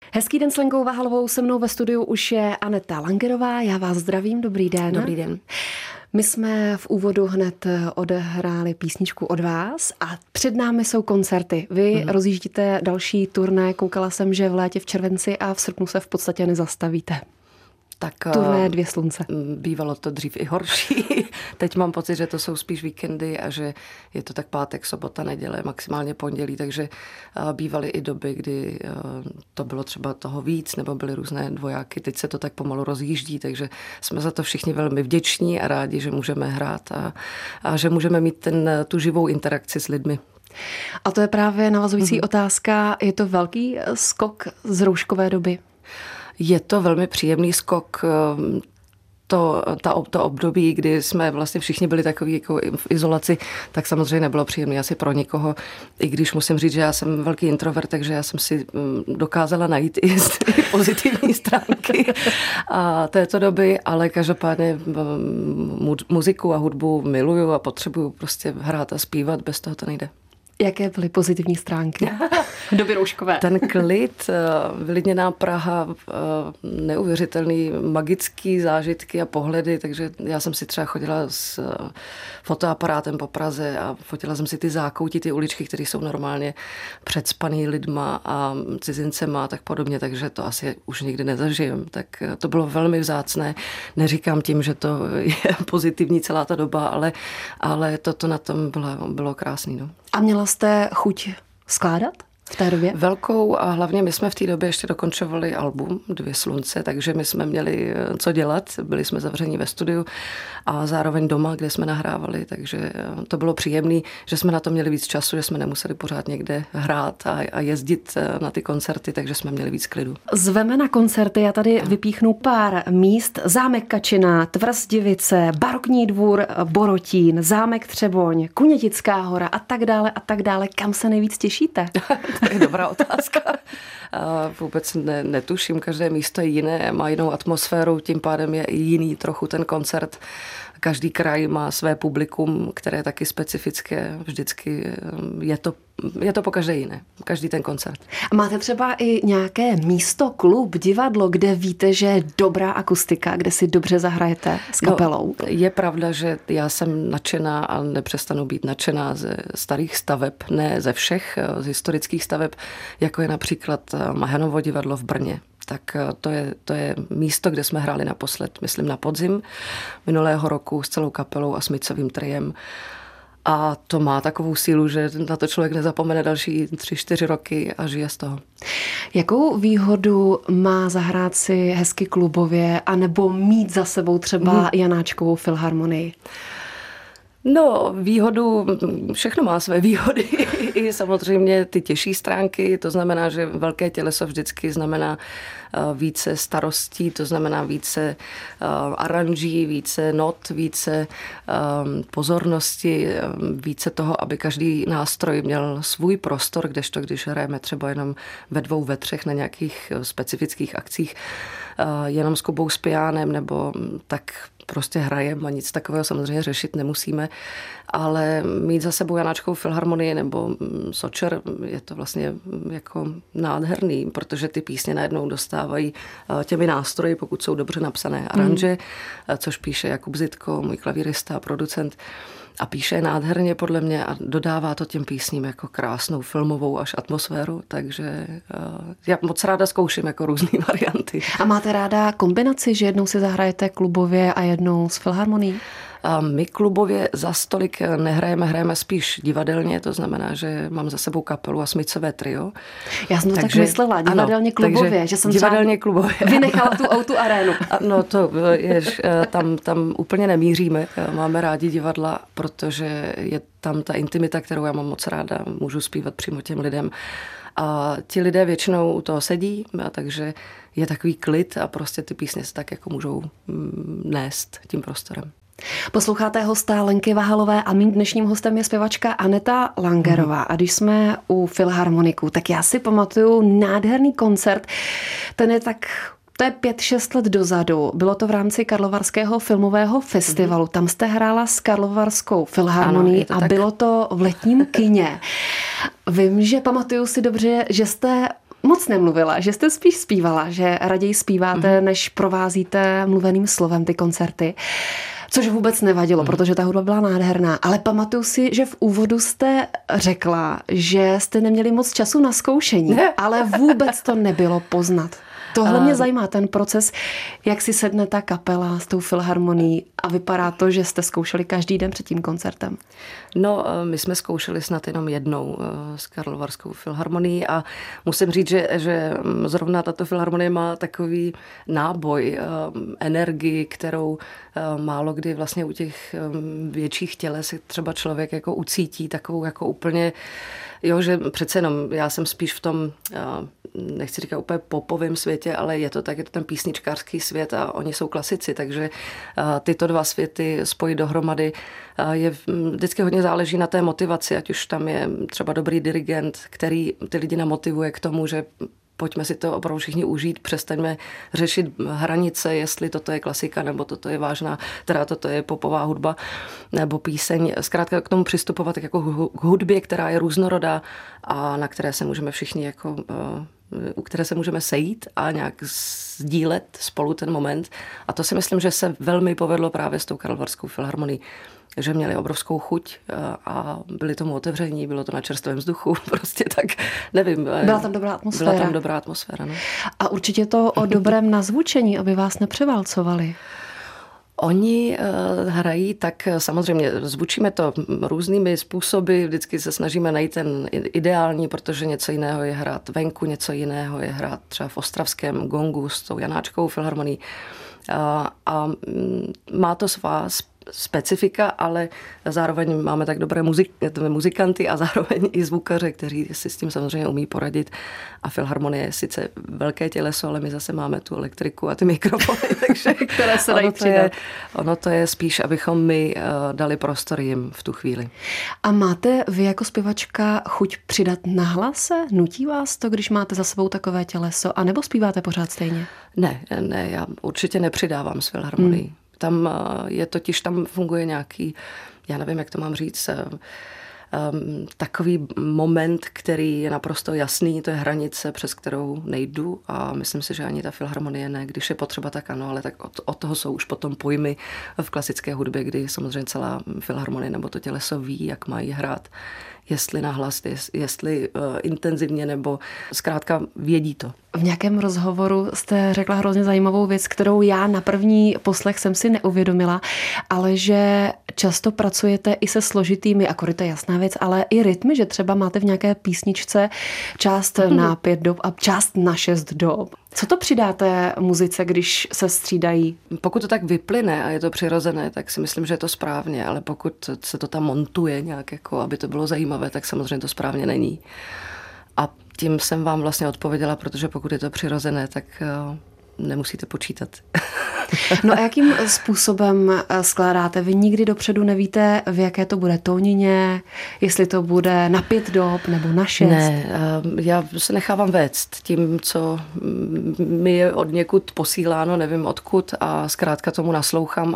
Hezký den s Lenkou Vahalovou, se mnou ve studiu už je Aneta Langerová. Já vás zdravím, dobrý den. Dobrý den. My jsme v úvodu hned odehráli písničku od vás a před námi jsou koncerty. Vy rozjíždíte další turné, koukala jsem, že v létě, v červenci a v srpnu se v podstatě nezastavíte. Tak turné Dvě slunce. Bývalo to dřív i horší. Teď mám pocit, že to jsou spíš víkendy a že je to tak pátek, sobota, neděle, maximálně pondělí, takže bývaly i doby, kdy to bylo třeba toho víc, nebo byly různé dvojáky. Teď se to tak pomalu rozjíždí, takže jsme za to všichni velmi vděční a rádi, že můžeme hrát a že můžeme mít tu živou interakci s lidmi. A to je právě navazující otázka. Je to velký skok z rouškové doby? Je to velmi příjemný skok. To období, kdy jsme vlastně všichni byli takový jako v izolaci, tak samozřejmě nebylo příjemné asi pro nikoho. I když musím říct, že já jsem velký introvert, takže já jsem si dokázala najít i pozitivní stránky a této doby, ale každopádně muziku a hudbu miluju a potřebuju prostě hrát a zpívat, bez toho to nejde. Jaké byly pozitivní stránky doby rouškové? Ten klid, vylidněná Praha, neuvěřitelný magický zážitky a pohledy, takže já jsem si třeba chodila s fotoaparátem po Praze a fotila jsem si ty zákoutí, ty uličky, které jsou normálně předspaný lidma a cizincema a tak podobně, takže to asi už nikdy nezažijem. Tak to bylo velmi vzácné. Neříkám tím, že to je pozitivní celá ta doba, ale toto na tom bylo krásný. No. A měla jste chuť skládat v té době? Velkou a hlavně my jsme v té době ještě dokončovali album Dvě slunce, takže my jsme měli co dělat, byli jsme zavření ve studiu a zároveň doma, kde jsme nahrávali, takže to bylo příjemné, že jsme na to měli víc času, že jsme nemuseli pořád někde hrát a jezdit na ty koncerty, takže jsme měli víc klidu. Zveme na koncerty, já tady vypíchnu pár míst. Zámek Kačina, Tvrz Divice, Barokní dvůr Borotín, Zámek Třeboň, Kunětická hora a tak dále. Kam se nejvíc těšíte? To je dobrá otázka. Vůbec netuším, každé místo je jiné, má jinou atmosféru, tím pádem je i jiný trochu ten koncert. Každý kraj má své publikum, které je taky specifické. Vždycky je to po každé jiné, každý ten koncert. A máte třeba i nějaké místo, klub, divadlo, kde víte, že je dobrá akustika, kde si dobře zahrajete s kapelou? No, je pravda, že já jsem nadšená a nepřestanu být nadšená ze starých staveb, ne ze všech, z historických staveb, jako je například Mahanovo divadlo v Brně. Tak to je místo, kde jsme hráli naposled, myslím na podzim minulého roku s celou kapelou a smicovým triem. A to má takovou sílu, že na to člověk nezapomene další 3-4 roky a žije z toho. Jakou výhodu má zahrát si hezky klubově anebo mít za sebou třeba Janáčkovou filharmonii? No, všechno má své výhody, i samozřejmě ty těžší stránky, to znamená, že velké těleso vždycky znamená více starostí, to znamená více aranží, více not, více pozornosti, více toho, aby každý nástroj měl svůj prostor, kdežto když hrajeme třeba jenom ve 2, ve 3 na nějakých specifických akcích, jenom s Kubou Spijánem nebo tak prostě hrajeme a nic takového samozřejmě řešit nemusíme, ale mít za sebou Janáčkovou filharmonii nebo Sočer je to vlastně jako nádherný, protože ty písně najednou dostávají těmi nástroji, pokud jsou dobře napsané aranže, což píše Jakub Zitko, můj klavírista a producent. A píše nádherně podle mě a dodává to těm písním jako krásnou filmovou až atmosféru, takže já moc ráda zkouším jako různé varianty. A máte ráda kombinaci, že jednou si zahrajete klubově a jednou s filharmonií? A my klubově za stolik hrajeme spíš divadelně, to znamená, že mám za sebou kapelu a smicové trio. Já jsem to tak myslela, divadelně klubově, že jsem divadelně klubově vynechala tu O2 arénu. No to je, tam úplně nemíříme, máme rádi divadla, protože je tam ta intimita, kterou já mám moc ráda, můžu zpívat přímo těm lidem. A ti lidé většinou u toho sedí, takže je takový klid a prostě ty písně se tak jako můžou nést tím prostorem. Posloucháte hosta Lenky Vahalové a mým dnešním hostem je zpěvačka Aneta Langerová. A když jsme u filharmoniků, tak já si pamatuju nádherný koncert. Ten je to je 5-6 let dozadu. Bylo to v rámci Karlovarského filmového festivalu. Tam jste hrála s Karlovarskou filharmonií a bylo to v Letním kině. Vím, že pamatuju si dobře, že jste moc nemluvila, že jste spíš zpívala, že raději zpíváte, než provázíte mluveným slovem ty koncerty. Což vůbec nevadilo, protože ta hudba byla nádherná. Ale pamatuju si, že v úvodu jste řekla, že jste neměli moc času na zkoušení, ale vůbec to nebylo poznat. Tohle mě zajímá, ten proces, jak si sedne ta kapela s tou filharmonií a vypadá to, že jste zkoušeli každý den před tím koncertem. No, my jsme zkoušeli snad jenom jednou s Karlovarskou filharmonií a musím říct, že zrovna tato filharmonie má takový náboj, energii, kterou málo kdy vlastně u těch větších těles třeba člověk jako ucítí, takovou jako úplně, jo, že přece jenom já jsem spíš v tom, nechci říkat úplně popovém světě, ale je to ten písničkářský svět a oni jsou klasici, takže tyto dva světy spojit dohromady vždycky hodně záleží na té motivaci, ať už tam je třeba dobrý dirigent, který ty lidi namotivuje k tomu, že pojďme si to opravdu všichni užít, přestaňme řešit hranice, jestli toto je klasika, nebo toto je vážná, teda toto je popová hudba, nebo píseň. Zkrátka k tomu přistupovat jako k hudbě, která je různorodá a na které se můžeme všichni jako u které se můžeme sejít a nějak sdílet spolu ten moment. A to si myslím, že se velmi povedlo právě s tou Karlovarskou filharmonií, že měli obrovskou chuť a byli tomu otevření, bylo to na čerstvém vzduchu, prostě tak, nevím. Byla tam dobrá atmosféra. Byla tam dobrá atmosféra, no. A určitě to o dobrém nazvučení, aby vás nepřeválcovali. Oni hrají tak, samozřejmě zvučíme to různými způsoby, vždycky se snažíme najít ten ideální, protože něco jiného je hrát venku, něco jiného je hrát třeba v ostravském Gongu s tou Janáčkovou filharmonií. A má to svá specifika, ale zároveň máme tak dobré muzikanty a zároveň i zvukaře, kteří si s tím samozřejmě umí poradit. A filharmonie je sice velké těleso, ale my zase máme tu elektriku a ty mikrofony, takže které se dají přidat. Ono to je spíš, abychom my dali prostor jim v tu chvíli. A máte vy jako zpěvačka chuť přidat na hlase? Nutí vás to, když máte za sebou takové těleso? A nebo zpíváte pořád stejně? Ne, já určitě nepřidávám s filharmonií. Tam funguje nějaký, já nevím, jak to mám říct, takový moment, který je naprosto jasný, to je hranice, přes kterou nejdu a myslím si, že ani ta filharmonie ne. Když je potřeba, tak ano, ale tak od toho jsou už potom pojmy v klasické hudbě, kdy samozřejmě celá filharmonie nebo to těleso ví, jak mají hrát, jestli nahlas, jestli intenzivně, nebo zkrátka vědí to. V nějakém rozhovoru jste řekla hrozně zajímavou věc, kterou já na první poslech jsem si neuvědomila, ale že často pracujete i se složitými, akorát to je jasná věc, ale i rytmy, že třeba máte v nějaké písničce část na 5 dob a část na 6 dob. Co to přidáte muzice, když se střídají? Pokud to tak vyplyne a je to přirozené, tak si myslím, že je to správně, ale pokud se to tam montuje nějak, jako aby to bylo zajímavé, tak samozřejmě to správně není. A tím jsem vám vlastně odpověděla, protože pokud je to přirozené, tak nemusíte počítat. No a jakým způsobem skládáte? Vy nikdy dopředu nevíte, v jaké to bude tónině, jestli to bude na 5 dob nebo na 6? Ne, já se nechávám vést tím, co mi je od někud posíláno, nevím odkud a zkrátka tomu naslouchám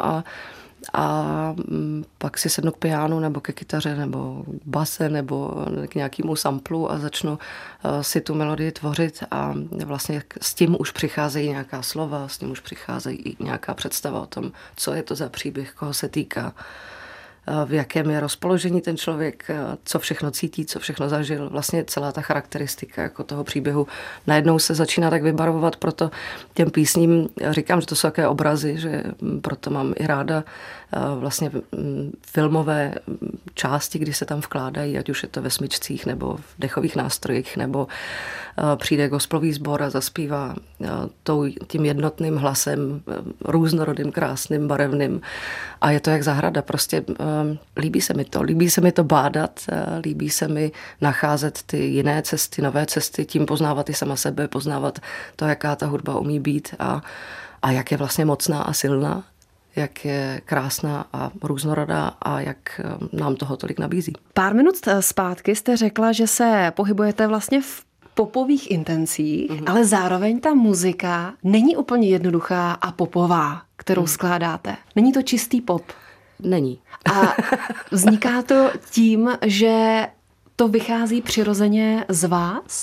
a pak si sednu k pianu nebo ke kytaře nebo k base nebo k nějakému samplu a začnu si tu melodii tvořit a vlastně s tím už přicházejí nějaká slova, s tím už přicházejí i nějaká představa o tom, co je to za příběh, koho se týká, v jakém je rozpoložení ten člověk, co všechno cítí, co všechno zažil. Vlastně celá ta charakteristika jako toho příběhu najednou se začíná tak vybarvovat, proto těm písním říkám, že to jsou také obrazy, že proto mám i ráda vlastně filmové části, kdy se tam vkládají, ať už je to ve smyčcích nebo v dechových nástrojích, nebo přijde gospelový sbor a zaspívá tím jednotným hlasem, různorodým, krásným, barevným a je to jak zahrada. Prostě líbí se mi to bádat, líbí se mi nacházet ty jiné cesty, nové cesty, tím poznávat i sama sebe, poznávat to, jaká ta hudba umí být a jak je vlastně mocná a silná, jak je krásná a různorodá a jak nám toho tolik nabízí. Pár minut zpátky jste řekla, že se pohybujete vlastně v popových intencích, ale zároveň ta muzika není úplně jednoduchá a popová, kterou skládáte. Není to čistý pop. Není. A vzniká to tím, že to vychází přirozeně z vás?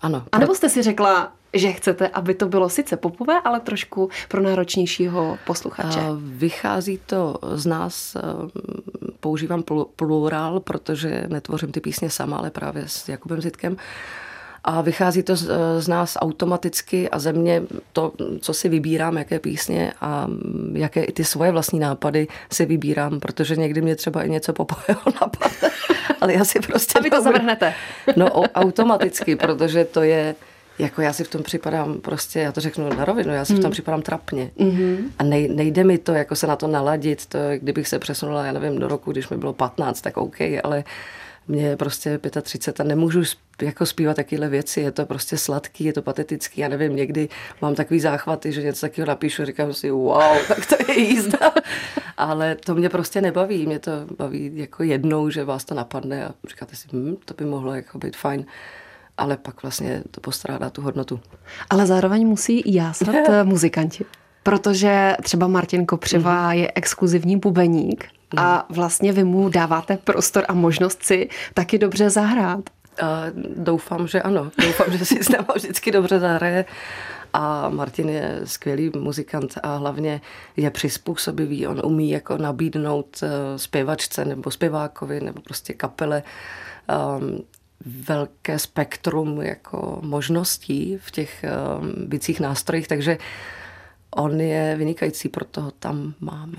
Ano. A nebo jste si řekla, že chcete, aby to bylo sice popové, ale trošku pro náročnějšího posluchače? Vychází to z nás, používám plurál, protože netvořím ty písně sama, ale právě s Jakubem Zitkem. A vychází to z nás automaticky a ze mě to, co si vybírám, jaké písně a jaké i ty svoje vlastní nápady si vybírám, protože někdy mě třeba i něco popového napadne, ale já si prostě... A vy to zavrhnete. No automaticky, protože to je, jako já si v tom připadám prostě, já to řeknu na rovinu, já si v tom připadám trapně. A nejde mi to, jako se na to naladit, to kdybych se přesunula, já nevím, do roku, když mi bylo 15, tak OK, ale mě je prostě 35 a nemůžu jako zpívat takovéhle věci, je to prostě sladký, je to patetický, já nevím, někdy mám takový záchvaty, že něco takového napíšu a říkám si wow, tak to je jízda. Ale to mě prostě nebaví, mě to baví jako jednou, že vás to napadne a říkáte si, to by mohlo jako být fajn, ale pak vlastně to postrádá tu hodnotu. Ale zároveň musí jásat muzikanti, protože třeba Martin Kopřiva je exkluzivní bubeník a vlastně vy mu dáváte prostor a možnost si taky dobře zahrát. Doufám, že ano. Doufám, že si s náma vždycky dobře zahraje. A Martin je skvělý muzikant a hlavně je přizpůsobivý. On umí jako nabídnout zpěvačce nebo zpěvákovi nebo prostě kapele velké spektrum jako možností v těch bicích nástrojích, takže on je vynikající, proto ho tam máme.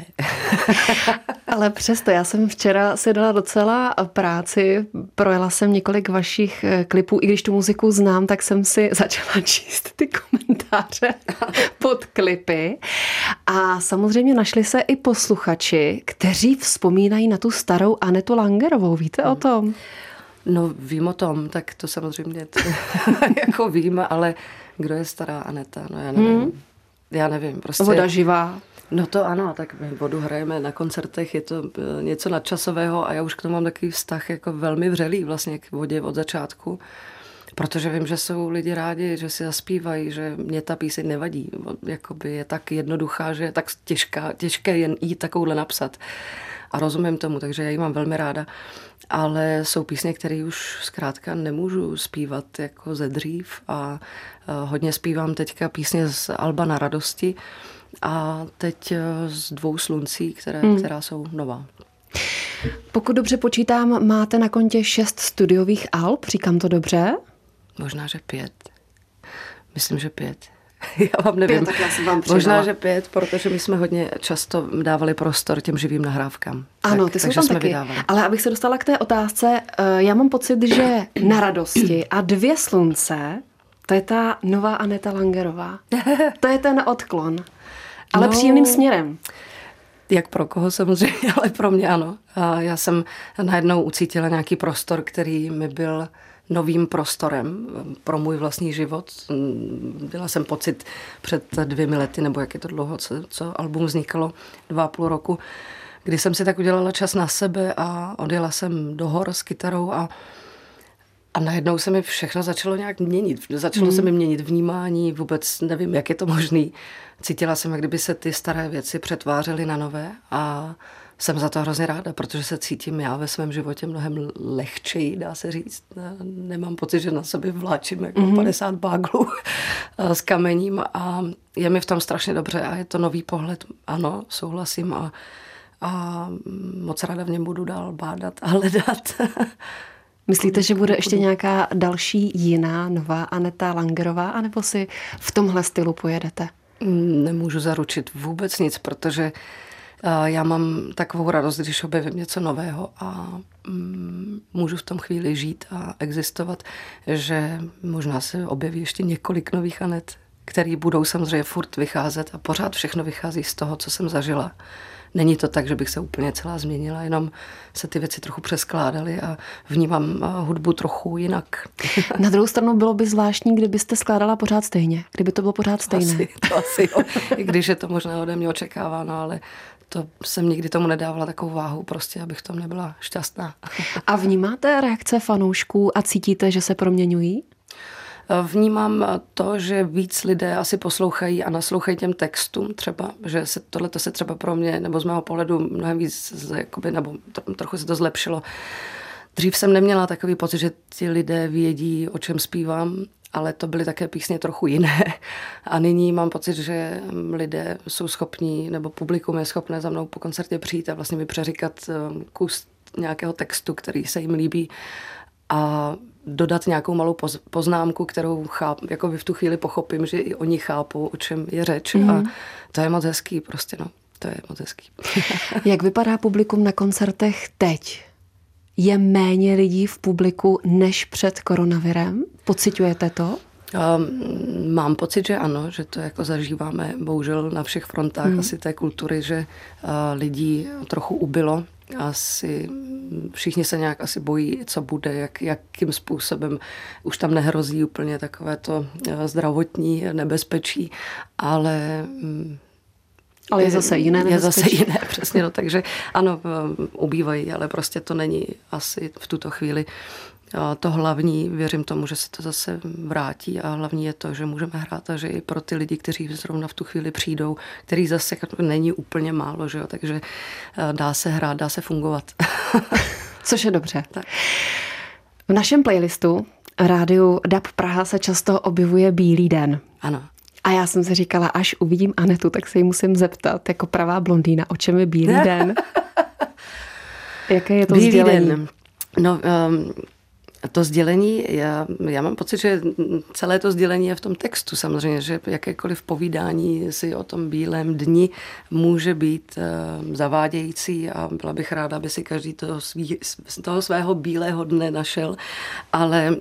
Ale přesto, já jsem včera si dala docela práci, projela jsem několik vašich klipů, i když tu muziku znám, tak jsem si začala číst ty komentáře pod klipy. A samozřejmě našli se i posluchači, kteří vzpomínají na tu starou Anetu Langerovou. Víte o tom? No vím o tom, tak to samozřejmě jako vím, ale kdo je stará Aneta? No já nevím. Já nevím, prostě... Voda živá. No to ano, tak my vodu hrajeme na koncertech, je to něco nadčasového a já už k tomu mám takový vztah jako velmi vřelý vlastně k vodě od začátku, protože vím, že jsou lidi rádi, že si zaspívají, že mě ta píseň nevadí, jakoby je tak jednoduchá, že je tak těžké jen jí takovouhle napsat. A rozumím tomu, takže já ji mám velmi ráda. Ale jsou písně, které už zkrátka nemůžu zpívat jako ze dřív a hodně zpívám teďka písně z Alba na radosti a teď z Dvou sluncí, která jsou nová. Pokud dobře počítám, máte na kontě 6 studiových alb, říkám to dobře? Možná, že 5. Myslím, že 5. Já vám nevím. 5, tak já jsem vám možná, že 5, protože my jsme hodně často dávali prostor těm živým nahrávkám. Ano, ty jsou tam taky. Vydávali. Ale abych se dostala k té otázce, já mám pocit, že Na radosti a Dvě slunce, to je ta nová Aneta Langerová. To je ten odklon. Ale příjemným směrem. Jak pro koho samozřejmě, ale pro mě ano. A já jsem najednou ucítila nějaký prostor, který mi byl novým prostorem pro můj vlastní život. Měla jsem pocit před 2 lety, nebo jak je to dlouho, co album vznikalo, 2,5 roku, kdy jsem si tak udělala čas na sebe a odjela jsem do hor s kytarou a najednou se mi všechno začalo nějak měnit. Začalo se mi měnit vnímání, vůbec nevím, jak je to možný. Cítila jsem, jak kdyby se ty staré věci přetvářely na nové a jsem za to hrozně ráda, protože se cítím já ve svém životě mnohem lehčeji, dá se říct. Nemám pocit, že na sobě vláčím jako 50 báglů s kamením a je mi v tom strašně dobře a je to nový pohled. Ano, souhlasím a moc ráda v něm budu dál bádat a hledat. Myslíte, že bude ještě nějaká další jiná nová Aneta Langerová, anebo si v tomhle stylu pojedete? Nemůžu zaručit vůbec nic, protože já mám takovou radost, když objevím něco nového a můžu v tom chvíli žít a existovat, že možná se objeví ještě několik nových Anet, který budou samozřejmě furt vycházet a pořád všechno vychází z toho, co jsem zažila. Není to tak, že bych se úplně celá změnila, jenom se ty věci trochu přeskládaly a vnímám hudbu trochu jinak. Na druhou stranu bylo by zvláštní, kdybyste skládala pořád stejně, kdyby to bylo pořád stejné. To asi jo. I když je to možná ode mě očekáváno, ale to jsem nikdy tomu nedávala takovou váhu, prostě abych v tom nebyla šťastná. A vnímáte reakce fanoušků a cítíte, že se proměňují? Vnímám to, že víc lidé asi poslouchají a naslouchají těm textům třeba, že tohleto se třeba pro mě, nebo z mého pohledu mnohem víc, nebo trochu se to zlepšilo. Dřív jsem neměla takový pocit, že ti lidé vědí, o čem zpívám ale to byly také písně trochu jiné. A nyní mám pocit, že lidé jsou schopní, nebo publikum je schopné za mnou po koncertě přijít a vlastně mi přeříkat kus nějakého textu, který se jim líbí a dodat nějakou malou poznámku, kterou jako v tu chvíli pochopím, že i oni chápou, o čem je řeč. A to je moc hezký prostě, no. To je moc hezký. Jak vypadá publikum na koncertech teď? Je méně lidí v publiku než před koronavirem? Pociťujete to? Mám pocit, že ano, že to jako zažíváme bohužel na všech frontách asi té kultury, že lidí trochu ubylo. Asi všichni se nějak asi bojí, co bude, jakým způsobem. Už tam nehrozí úplně takové to zdravotní nebezpečí, ale je zase jiné nebezpečí. Je zase jiné, přesně. No, takže ano, ubývají, ale prostě to není asi v tuto chvíli to hlavní. Věřím tomu, že se to zase vrátí a hlavní je to, že můžeme hrát a že i pro ty lidi, kteří zrovna v tu chvíli přijdou, který zase není úplně málo, že jo, takže dá se hrát, dá se fungovat. Což je dobře. Tak. V našem playlistu rádiu DAB Praha se často objevuje Bílý den. Ano. A já jsem si říkala, až uvidím Anetu, tak se jí musím zeptat, jako pravá blondýna, o čem je Bílý den? Jaké je to Bílý sdělení? Den. No, to sdělení, já mám pocit, že celé to sdělení je v tom textu samozřejmě, že jakékoliv povídání si o tom bílém dni může být zavádějící a byla bych ráda, aby si každý toho svého bílého dne našel, ale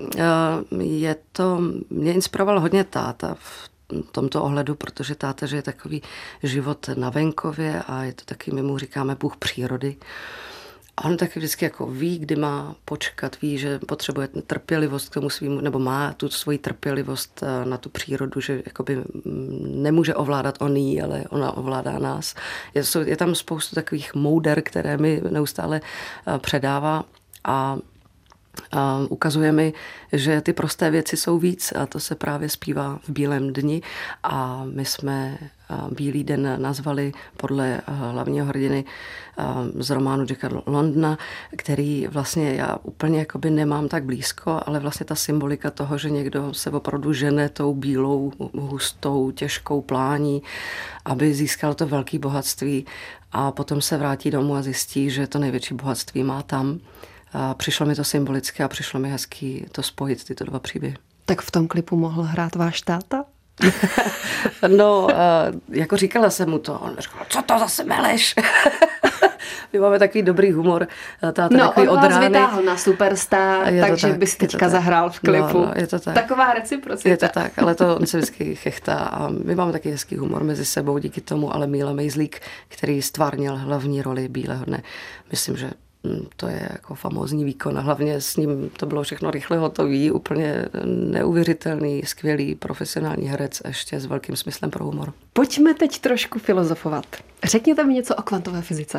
mě inspiroval hodně táta v tomto ohledu, protože táta žije takový život na venkově a je to taky, my mu říkáme Bůh přírody. A on taky vždycky jako ví, kdy má počkat, ví, že potřebuje trpělivost k tomu svýmu, nebo má tu svoji trpělivost na tu přírodu, že jakoby nemůže ovládat on jí, ale ona ovládá nás. Je tam spoustu takových mouder, které mi neustále předává a ukazuje mi, že ty prosté věci jsou víc a to se právě zpívá v Bílém dni a my jsme Bílý den nazvali podle hlavního hrdiny z románu Jacka Londona, který vlastně já úplně jakoby nemám tak blízko, ale vlastně ta symbolika toho, že někdo se opravdu žene tou bílou, hustou, těžkou plání, aby získal to velké bohatství a potom se vrátí domů a zjistí, že to největší bohatství má tam. A přišlo mi to symbolické a přišlo mi hezký to spojit, tyto dva příběhy. Tak v tom klipu mohl hrát váš táta? No, jako říkala jsem mu to, on říkal, co to zase meleš? My máme takový dobrý humor. Táta takový on od vás rány. vytáhl na Superstar, takže bys teďka zahrál v klipu. No, je to tak. Taková reciprocita. Je to tak, ale to on se vždycky chechtá a my máme taky hezký humor mezi sebou díky tomu, ale Míla Mejzlík, který stvárnil hlavní roli Bílého dne. Myslím, že to je jako famózní výkon a hlavně s ním to bylo všechno rychle hotový, úplně neuvěřitelný, skvělý profesionální herec ještě s velkým smyslem pro humor. Pojďme teď trošku filozofovat. Řekněte mi něco o kvantové fyzice.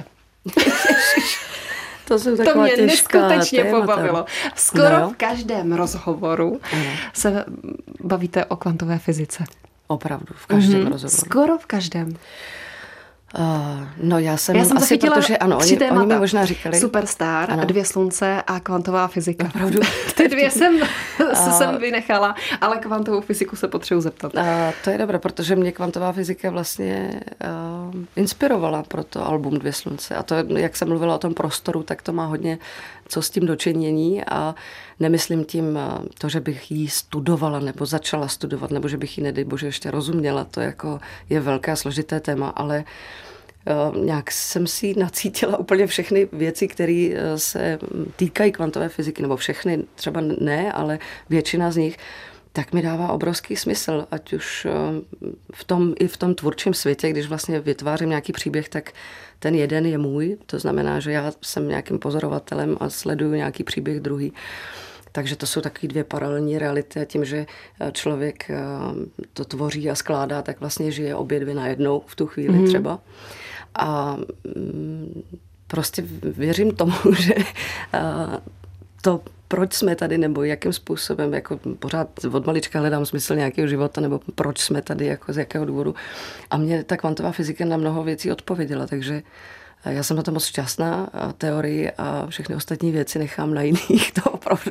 To mě neskutečně pobavilo. Skoro v každém rozhovoru se bavíte o kvantové fyzice. Opravdu, v každém rozhovoru. Skoro v každém. No já jsem asi, zachytila protože ano, oni mi možná říkali. Superstar, ano. 2 slunce a kvantová fyzika. Opravdu. Ty dvě jsem vynechala, ale kvantovou fyziku se potřebuji zeptat. To je dobré, protože mě kvantová fyzika vlastně inspirovala pro to album 2 slunce. A to, jak jsem mluvila o tom prostoru, tak to má hodně co s tím dočinění a nemyslím tím to, že bych ji studovala nebo začala studovat, nebo že bych ji, nedej bože, ještě rozuměla. To jako je velké a složité téma, ale nějak jsem si nacítila úplně všechny věci, které se týkají kvantové fyziky, nebo všechny, třeba ne, ale většina z nich, tak mi dává obrovský smysl, ať už i v tom tvůrčím světě, když vlastně vytvářím nějaký příběh, tak ten jeden je můj, to znamená, že já jsem nějakým pozorovatelem a sleduju nějaký příběh druhý. Takže to jsou takové 2 paralelní reality a tím, že člověk to tvoří a skládá, tak vlastně žije obě 2 najednou v tu chvíli třeba. A prostě věřím tomu, že to, proč jsme tady, nebo jakým způsobem, jako pořád od malička hledám smysl nějakého života, nebo proč jsme tady, jako z jakého důvodu. A mě ta kvantová fyzika na mnoho věcí odpověděla, takže Já jsem na to moc šťastná, teorii a všechny ostatní věci nechám na jiných, to opravdu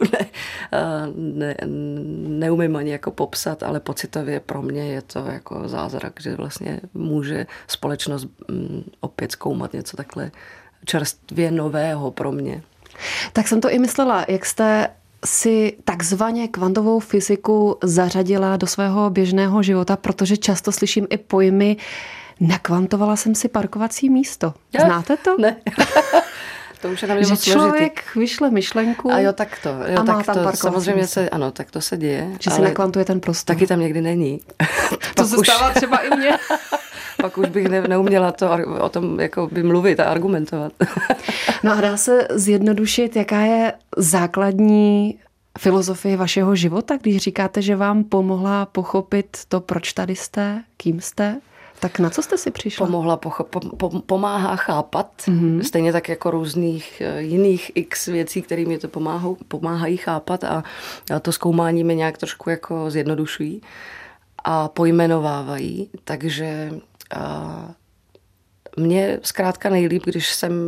neumím ani jako popsat, ale pocitově pro mě je to jako zázrak, že vlastně může společnost opět zkoumat něco takhle čerstvě nového pro mě. Tak jsem to i myslela, jak jste si takzvaně kvantovou fyziku zařadila do svého běžného života, protože často slyším i pojmy nakvantovala jsem si parkovací místo. Znáte to? Ne. To už je na mě moc složitý. Člověk vyšle myšlenku a tak to. A má tam parkovací samozřejmě místo. Ano, tak to se děje. Že se nakvantuje ten prostor. Taky tam někdy není. To se stává třeba i mně. Pak už bych neuměla o tom jako by mluvit a argumentovat. No a dá se zjednodušit, jaká je základní filozofie vašeho života, když říkáte, že vám pomohla pochopit to, proč tady jste, kým jste? Tak na co jste si přišla? Pomáhá chápat, stejně tak jako různých jiných x věcí, které mi to pomáhají chápat a to zkoumání mi nějak trošku jako zjednodušují a pojmenovávají, takže mě zkrátka nejlíp, když jsem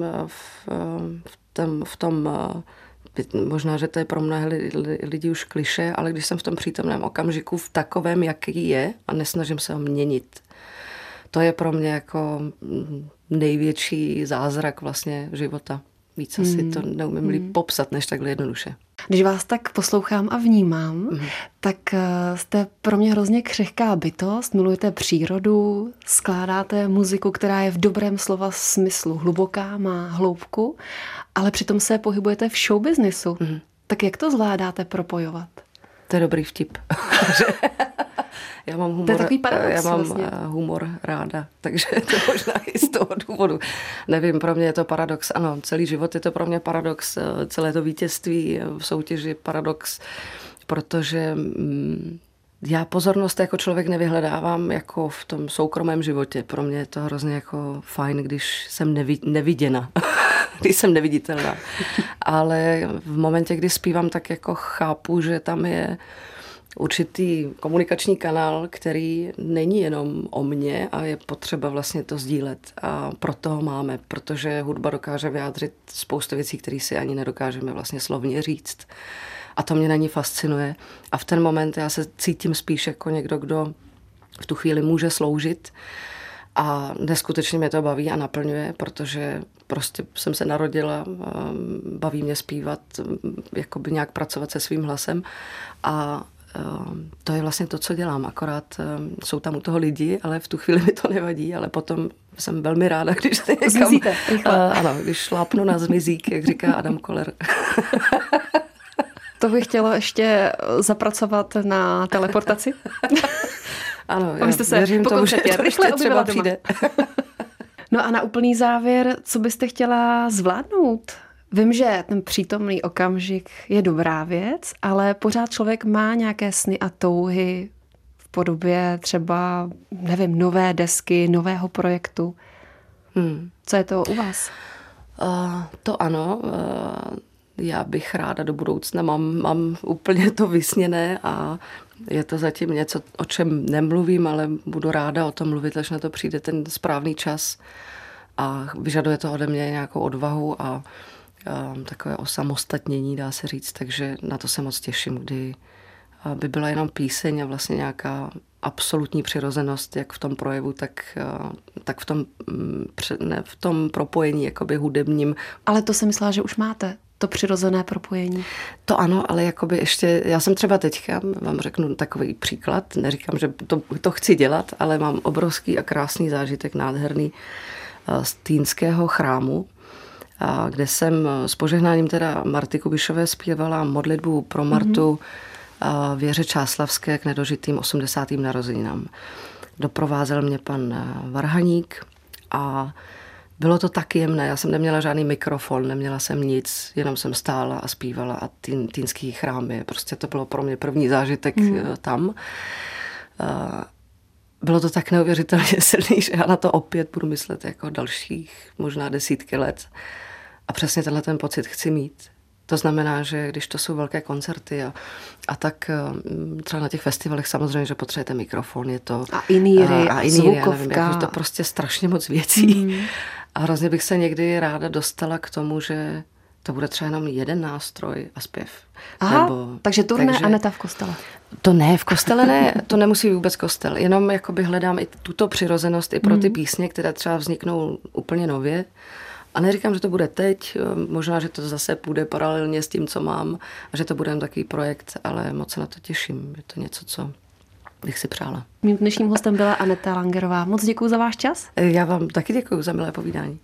v tom možná, že to je pro mnohé lidi už klišé, ale když jsem v tom přítomném okamžiku v takovém, jaký je a nesnažím se ho měnit. To je pro mě jako největší zázrak vlastně života. Víc asi to neumím líp popsat, než takhle jednoduše. Když vás tak poslouchám a vnímám, tak jste pro mě hrozně křehká bytost, milujete přírodu, skládáte muziku, která je v dobrém slova smyslu hluboká, má hloubku, ale přitom se pohybujete v showbiznisu. Tak jak to zvládáte propojovat? To je dobrý vtip. Já mám humor, to je takový paradox, vlastně. Humor ráda, takže to možná i z toho důvodu. Nevím, pro mě je to paradox. Ano, celý život je to pro mě paradox, celé to vítězství v soutěži paradox, protože já pozornost jako člověk nevyhledávám jako v tom soukromém životě. Pro mě je to hrozně jako fajn, když jsem neviděna, když jsem neviditelná. Ale v momentě, kdy zpívám, tak jako chápu, že tam je určitý komunikační kanál, který není jenom o mně a je potřeba vlastně to sdílet. A proto ho máme, protože hudba dokáže vyjádřit spoustu věcí, které si ani nedokážeme vlastně slovně říct. A to mě na ní fascinuje. A v ten moment já se cítím spíš jako někdo, kdo v tu chvíli může sloužit. A neskutečně mě to baví a naplňuje, protože prostě jsem se narodila, baví mě zpívat, jakoby nějak pracovat se svým hlasem a to je vlastně to, co dělám, akorát jsou tam u toho lidi, ale v tu chvíli mi to nevadí, ale potom jsem velmi ráda, když se někam... Zmizíte, ano, když šlápnu na zmizík, jak říká Adam Koller. To bych chtěla ještě zapracovat na teleportaci. Ano, já věřím tomu, že to ještě třeba přijde. No a na úplný závěr, co byste chtěla zvládnout? Vím, že ten přítomný okamžik je dobrá věc, ale pořád člověk má nějaké sny a touhy v podobě třeba, nevím, nové desky, nového projektu. Co je to u vás? To ano. Já bych ráda do budoucna, mám úplně to vysněné a je to zatím něco, o čem nemluvím, ale budu ráda o tom mluvit, až na to přijde ten správný čas a vyžaduje to ode mě nějakou odvahu a takové osamostatnění, dá se říct, takže na to se moc těším, kdy by byla jenom píseň a vlastně nějaká absolutní přirozenost, jak v tom projevu, tak v tom propojení jakoby hudebním. Ale to jsem myslela, že už máte. To přirozené propojení. To ano, ale jakoby ještě, já jsem třeba teďka, vám řeknu takový příklad, neříkám, že to chci dělat, ale mám obrovský a krásný zážitek, nádherný z Týnského chrámu, kde jsem s požehnáním teda Marty Kubišové zpívala modlitbu pro Martu Věře Čáslavské k nedožitým 80. narozeninám. Doprovázel mě pan Varhaník a bylo to tak jemné, já jsem neměla žádný mikrofon, neměla jsem nic, jenom jsem stála a zpívala a Týnský chrám je, prostě to bylo pro mě první zážitek tam. Bylo to tak neuvěřitelně silný, že já na to opět budu myslet jako dalších možná desítky let. A přesně tenhle ten pocit chci mít. To znamená, že když to jsou velké koncerty a tak třeba na těch festivalech samozřejmě, že potřebujete mikrofon, je to... A inýry, zvukovka. Já nevím, to prostě strašně moc věcí. A hrozně bych se někdy ráda dostala k tomu, že to bude třeba jenom jeden nástroj a zpěv. Aha, takže turné Aneta v kostele. To ne, v kostele ne, to nemusí být vůbec kostel. Jenom jakoby hledám i tuto přirozenost i pro ty písně, které třeba vzniknou úplně nově. A neříkám, že to bude teď, možná, že to zase půjde paralelně s tím, co mám a že to bude jen takový projekt, ale moc se na to těším. Je to něco, co bych si přála. Mým dnešním hostem byla Aneta Langerová. Moc děkuji za váš čas. Já vám taky děkuji za milé povídání.